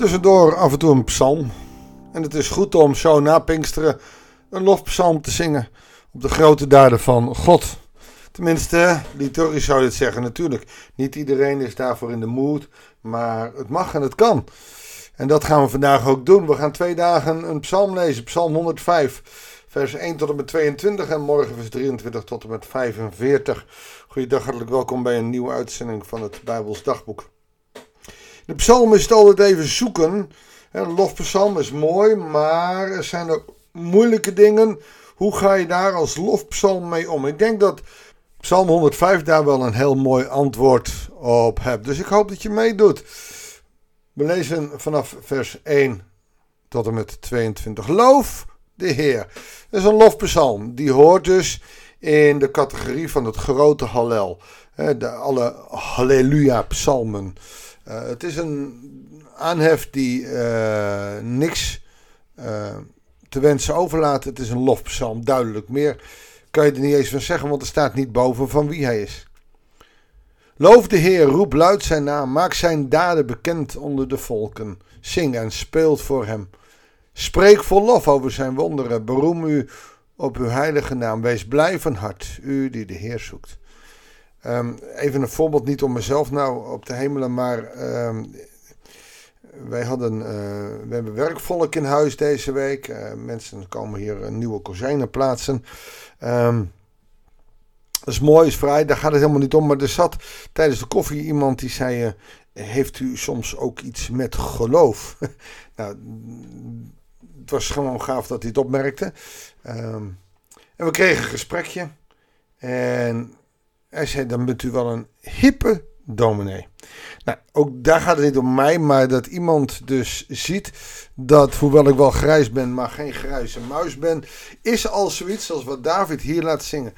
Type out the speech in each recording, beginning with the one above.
tussendoor af en toe een psalm. En het is goed om zo na Pinksteren een lofpsalm te zingen op de grote daden van God. Tenminste, liturgisch zou je het zeggen natuurlijk. Niet iedereen is daarvoor in de mood, maar het mag en het kan. En dat gaan we vandaag ook doen. We gaan 2 dagen een psalm lezen, psalm 105, vers 1 tot en met 22 en morgen vers 23 tot en met 45. Goeiedag, hartelijk welkom bij een nieuwe uitzending van het Bijbels Dagboek. De psalm is het altijd even zoeken. Een lofpsalm is mooi, maar er zijn ook moeilijke dingen. Hoe ga je daar als lofpsalm mee om? Ik denk dat psalm 105 daar wel een heel mooi antwoord op hebt. Dus ik hoop dat je meedoet. We lezen vanaf vers 1 tot en met 22. Loof de Heer. Dat is een lofpsalm. Die hoort dus in de categorie van het grote Hallel. Alle Halleluja-psalmen. Het is een aanhef die niks te wensen overlaat. Het is een lofpsalm, duidelijk. Meer kan je er niet eens van zeggen, want er staat niet boven van wie hij is. Loof de Heer, roep luid zijn naam, maak zijn daden bekend onder de volken. Zing en speelt voor hem. Spreek vol lof over zijn wonderen, beroem u op uw heilige naam. Wees blij van hart, u die de Heer zoekt. Even een voorbeeld, niet om mezelf nou op te hemelen, maar we hebben werkvolk in huis deze week. Mensen komen hier nieuwe kozijnen plaatsen. Dat is mooi, is vrij, daar gaat het helemaal niet om. Maar er zat tijdens de koffie iemand die zei, heeft u soms ook iets met geloof? Nou, het was gewoon gaaf dat hij het opmerkte. En we kregen een gesprekje. En hij zei, dan bent u wel een hippe dominee. Nou, ook daar gaat het niet om mij, maar dat iemand dus ziet dat, hoewel ik wel grijs ben, maar geen grijze muis ben, is al zoiets als wat David hier laat zingen.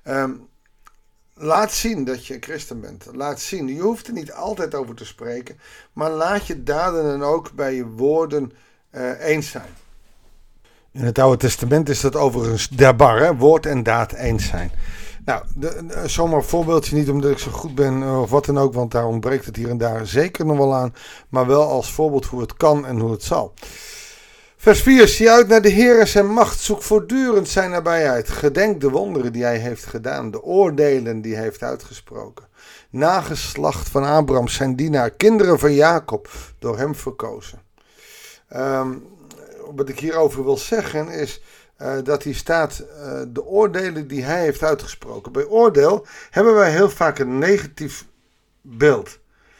Laat zien dat je christen bent. Laat zien. Je hoeft er niet altijd over te spreken, maar laat je daden en ook bij je woorden eens zijn. In het Oude Testament is dat overigens dabar, hè? Woord en daad eens zijn. Nou, zomaar een voorbeeldje, niet omdat ik zo goed ben of wat dan ook, want daar ontbreekt het hier en daar zeker nog wel aan, maar wel als voorbeeld hoe het kan en hoe het zal. Vers 4, zie uit naar de Heer en zijn macht, zoek voortdurend zijn nabijheid. Gedenk de wonderen die hij heeft gedaan, de oordelen die hij heeft uitgesproken. Nageslacht van Abraham, zijn dienaar, kinderen van Jacob, door hem verkozen. Wat ik hierover wil zeggen is dat hier staat de oordelen die hij heeft uitgesproken. Bij oordeel hebben wij heel vaak een negatief beeld.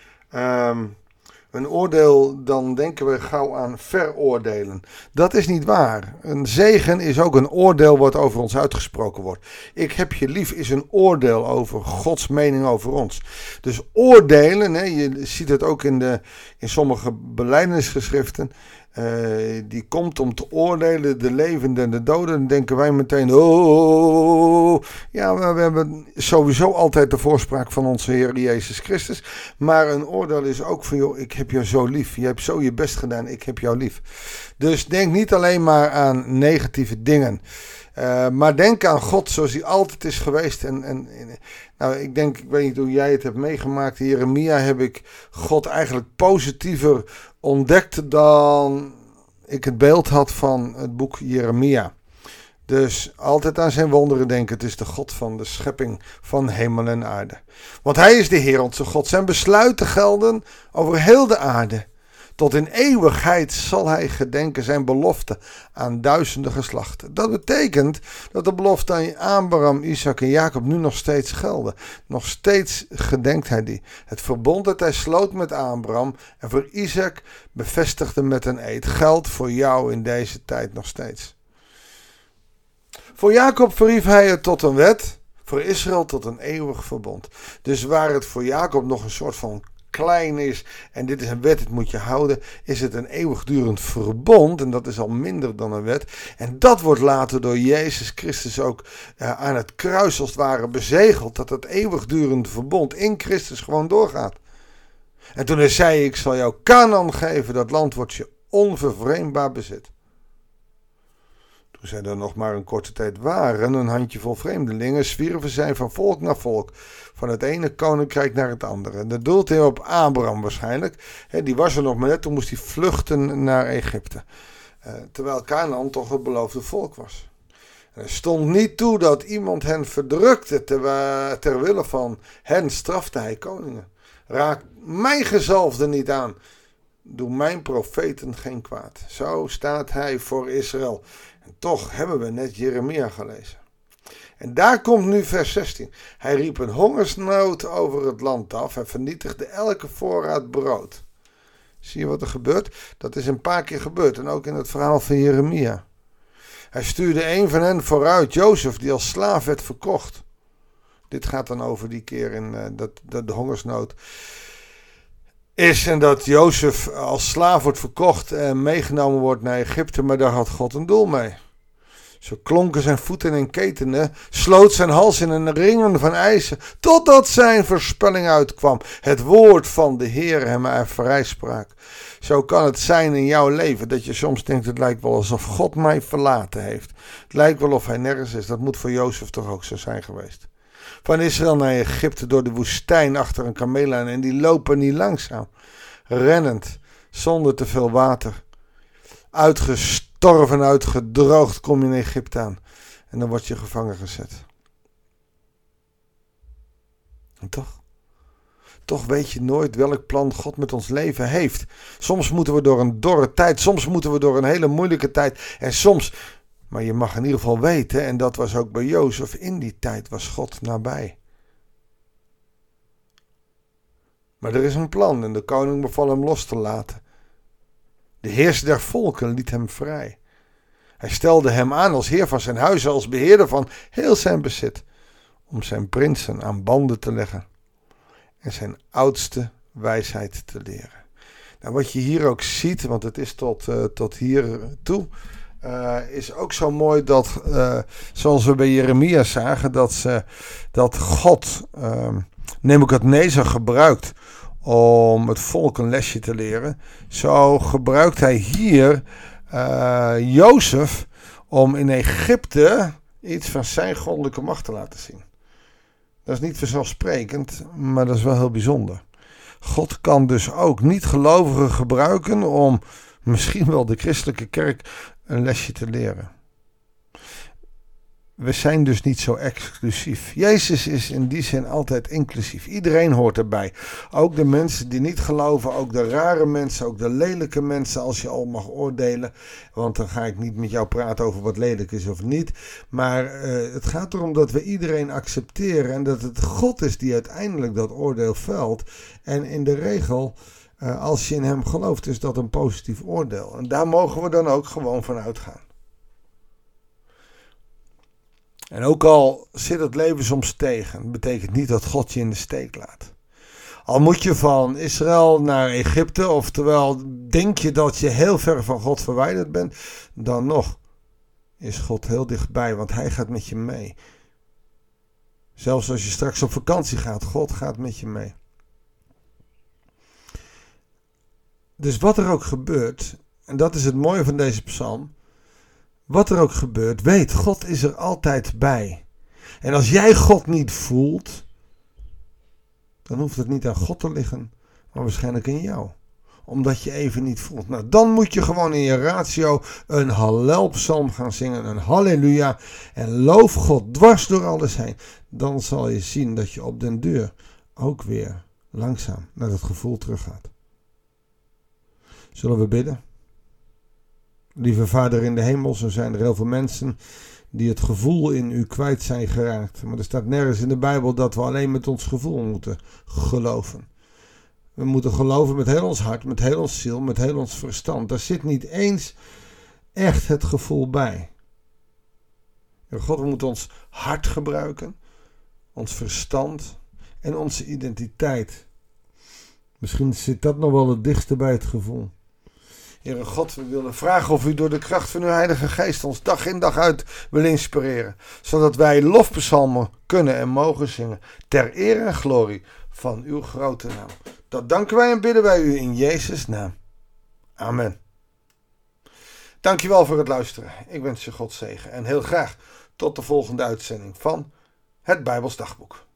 Een oordeel, dan denken we gauw aan veroordelen. Dat is niet waar. Een zegen is ook een oordeel wat over ons uitgesproken wordt. Ik heb je lief is een oordeel over Gods mening over ons. Dus oordelen, hè, je ziet het ook in sommige belijdenisgeschriften. Die komt om te oordelen de levenden en de doden. Dan denken wij meteen, ja, we hebben sowieso altijd de voorspraak van onze Heer Jezus Christus. Maar een oordeel is ook van, joh, ik heb jou zo lief. Je hebt zo je best gedaan, ik heb jou lief. Dus denk niet alleen maar aan negatieve dingen. Maar denk aan God zoals hij altijd is geweest. Nou, ik weet niet hoe jij het hebt meegemaakt. In Jeremia heb ik God eigenlijk positiever ontdekt dan ik het beeld had van het boek Jeremia. Dus altijd aan zijn wonderen denken. Het is de God van de schepping van hemel en aarde. Want hij is de Heer onze God. Zijn besluiten gelden over heel de aarde. Tot in eeuwigheid zal hij gedenken zijn belofte aan duizenden geslachten. Dat betekent dat de belofte aan Abraham, Isaac en Jacob nu nog steeds gelden. Nog steeds gedenkt hij die. Het verbond dat hij sloot met Abraham en voor Isaac bevestigde met een eed geldt voor jou in deze tijd nog steeds. Voor Jacob verhief hij het tot een wet, voor Israël tot een eeuwig verbond. Dus waar het voor Jacob nog een soort van klein is en dit is een wet, het moet je houden, is het een eeuwigdurend verbond en dat is al minder dan een wet. En dat wordt later door Jezus Christus ook aan het kruis als het ware bezegeld, dat het eeuwigdurende verbond in Christus gewoon doorgaat. En toen hij zei, ik zal jou Kanaan geven, dat land wordt je onvervreemdbaar bezit. Toen zij er nog maar een korte tijd waren, een handjevol vreemdelingen, zwierven zij van volk naar volk, van het ene koninkrijk naar het andere. En dat doelt hij op Abraham waarschijnlijk. Die was er nog maar net, toen moest hij vluchten naar Egypte. Terwijl Kanaan toch het beloofde volk was. Er stond niet toe dat iemand hen verdrukte, ter wille van hen strafte hij koningen. Raak mijn gezalfde niet aan, doe mijn profeten geen kwaad. Zo staat hij voor Israël. En toch hebben we net Jeremia gelezen. En daar komt nu vers 16. Hij riep een hongersnood over het land af en vernietigde elke voorraad brood. Zie je wat er gebeurt? Dat is een paar keer gebeurd en ook in het verhaal van Jeremia. Hij stuurde een van hen vooruit, Jozef, die als slaaf werd verkocht. Dit gaat dan over die keer in dat de hongersnood is en dat Jozef als slaaf wordt verkocht en meegenomen wordt naar Egypte, maar daar had God een doel mee. Zo klonken zijn voeten in ketenen, sloot zijn hals in een ringen van ijzer, totdat zijn voorspelling uitkwam. Het woord van de Heer hem vrijsprak. Zo kan het zijn in jouw leven dat je soms denkt, het lijkt wel alsof God mij verlaten heeft. Het lijkt wel of hij nergens is. Dat moet voor Jozef toch ook zo zijn geweest. Van Israël naar Egypte door de woestijn achter een kameel aan en die lopen niet langzaam. Rennend, zonder te veel water. Uitgestorven, uitgedroogd kom je in Egypte aan. En dan word je gevangen gezet. En toch weet je nooit welk plan God met ons leven heeft. Soms moeten we door een dorre tijd, soms moeten we door een hele moeilijke tijd. En soms, maar je mag in ieder geval weten, en dat was ook bij Jozef, in die tijd was God nabij. Maar er is een plan en de koning beval hem los te laten. De heerser der volken liet hem vrij. Hij stelde hem aan als heer van zijn huis, als beheerder van heel zijn bezit, om zijn prinsen aan banden te leggen en zijn oudste wijsheid te leren. Nou, wat je hier ook ziet, want het is tot hier toe, is ook zo mooi dat, zoals we bij Jeremia zagen, dat God Nebukadnezar gebruikt om het volk een lesje te leren. Zo gebruikt hij hier Jozef om in Egypte iets van zijn goddelijke macht te laten zien. Dat is niet vanzelfsprekend, maar dat is wel heel bijzonder. God kan dus ook niet-gelovigen gebruiken om misschien wel de christelijke kerk een lesje te leren. We zijn dus niet zo exclusief. Jezus is in die zin altijd inclusief. Iedereen hoort erbij. Ook de mensen die niet geloven, ook de rare mensen, ook de lelijke mensen, als je al mag oordelen. Want dan ga ik niet met jou praten over wat lelijk is of niet. Maar het gaat erom dat we iedereen accepteren en dat het God is die uiteindelijk dat oordeel velt. En in de regel, als je in hem gelooft, is dat een positief oordeel. En daar mogen we dan ook gewoon van uitgaan. En ook al zit het leven soms tegen, betekent niet dat God je in de steek laat. Al moet je van Israël naar Egypte, oftewel denk je dat je heel ver van God verwijderd bent, dan nog is God heel dichtbij, want hij gaat met je mee. Zelfs als je straks op vakantie gaat, God gaat met je mee. Dus wat er ook gebeurt, en dat is het mooie van deze psalm, wat er ook gebeurt, weet, God is er altijd bij. En als jij God niet voelt, dan hoeft het niet aan God te liggen, maar waarschijnlijk in jou. Omdat je even niet voelt. Nou, dan moet je gewoon in je ratio een Hallelpsalm gaan zingen, een halleluja. En loof God dwars door alles heen. Dan zal je zien dat je op den duur ook weer langzaam naar dat gevoel teruggaat. Zullen we bidden? Lieve Vader in de hemel, zo zijn er heel veel mensen die het gevoel in u kwijt zijn geraakt. Maar er staat nergens in de Bijbel dat we alleen met ons gevoel moeten geloven. We moeten geloven met heel ons hart, met heel ons ziel, met heel ons verstand. Daar zit niet eens echt het gevoel bij. En God, we moeten ons hart gebruiken, ons verstand en onze identiteit. Misschien zit dat nog wel het dichtste bij het gevoel. Heere God, we willen vragen of u door de kracht van uw Heilige Geest ons dag in dag uit wil inspireren. Zodat wij lofpsalmen kunnen en mogen zingen. Ter eer en glorie van uw grote naam. Dat danken wij en bidden wij u in Jezus' naam. Amen. Dankjewel voor het luisteren. Ik wens je God zegen en heel graag tot de volgende uitzending van het Bijbels Dagboek.